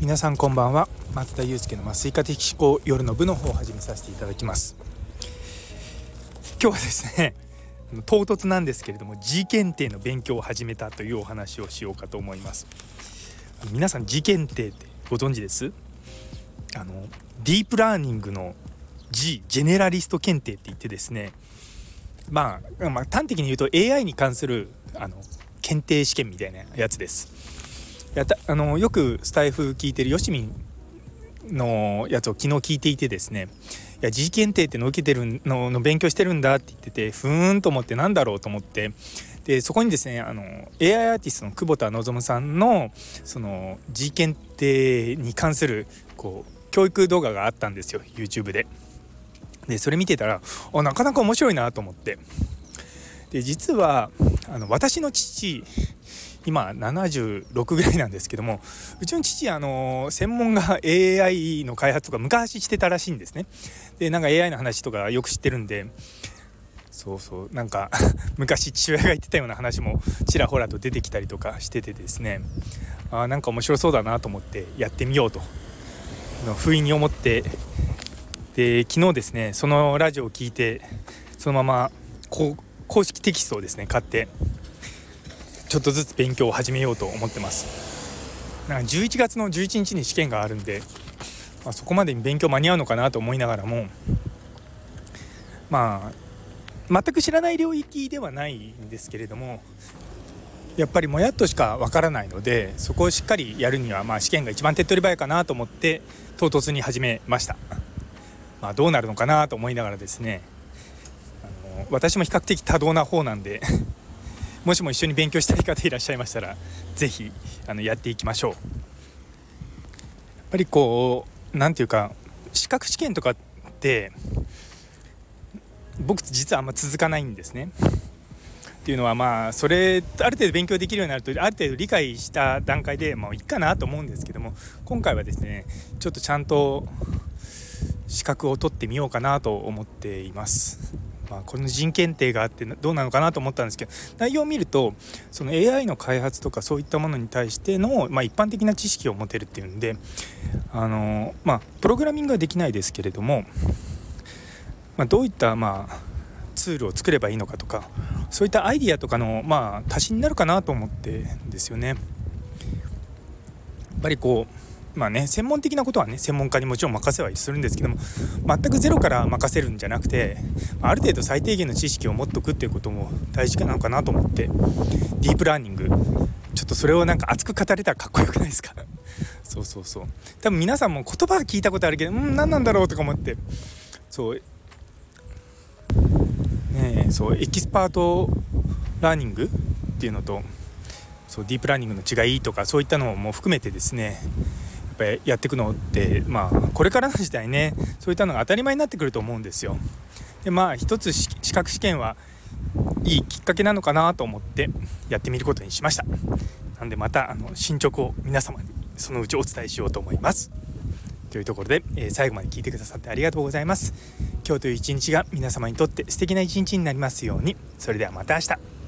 皆さんこんばんは。松田祐介の麻酔科的思考夜の部の方を始めさせていただきます。今日はですね、唐突なんですけれども G 検定の勉強を始めたというお話をしようかと思います。皆さん G 検定ってご存知です？ディープラーニングの G ジェネラリスト検定って言ってですね、まあ端的に言うと AI に関する検定試験みたいなやつです。よくスタイフ聞いてるよしみんのやつを昨日聞いていてですね、いや G 検定ってのを受けてるの勉強してるんだって言ってて、ふーんと思ってなんだろうと思って、でそこにですねAI アーティストの久保田望さんのその G 検定に関する教育動画があったんですよ YouTube で。でそれ見てたらなかなか面白いなと思って、で実は私の父今76ぐらいなんですけども、うちの父専門が AI の開発とか昔してたらしいんですね。でなんか AI の話とかよく知ってるんで、そうなんか昔父親が言ってたような話もちらほらと出てきたりとかしててですね、なんか面白そうだなと思ってやってみようと不意に思って、で昨日ですねそのラジオを聞いてそのまま公式テキストをですね買ってちょっとずつ勉強を始めようと思ってます。なんか11月の11日に試験があるんで、そこまでに勉強間に合うのかなと思いながらも、全く知らない領域ではないんですけれども、やっぱりもやっとしかわからないので、そこをしっかりやるには試験が一番手っ取り早いかなと思って唐突に始めました。どうなるのかなと思いながらですね、私も比較的多動な方なんでもしも一緒に勉強したい方いらっしゃいましたらぜひやっていきましょう。やっぱりなんていうか資格試験とかって僕実はあんま続かないんですね。っていうのはそれある程度勉強できるようになるとある程度理解した段階でいいかなと思うんですけども、今回はですねちょっとちゃんと資格を取ってみようかなと思っています。このG検定があってどうなのかなと思ったんですけど、内容を見るとその AI の開発とかそういったものに対しての、一般的な知識を持てるっていうんで、プログラミングはできないですけれども、どういったツールを作ればいいのかとか、そういったアイディアとかの足しになるかなと思ってですよね。やっぱり専門的なことはね専門家にもちろん任せはするんですけども、全くゼロから任せるんじゃなくて、ある程度最低限の知識を持っておくっていうことも大事なのかなと思って、ディープラーニングちょっとそれをなんか熱く語れたらかっこよくないですか？そう多分皆さんも言葉は聞いたことあるけど何なんだろうとか思って、エキスパートラーニングっていうのとディープラーニングの違いとかそういったのも含めてですね、やっていくのってこれからの時代ねそういったのが当たり前になってくると思うんですよ。で一つ資格試験はいいきっかけなのかなと思ってやってみることにしました。なのでまた進捗を皆様にそのうちお伝えしようと思います。というところで、最後まで聞いてくださってありがとうございます。今日という一日が皆様にとって素敵な一日になりますように。それではまた明日。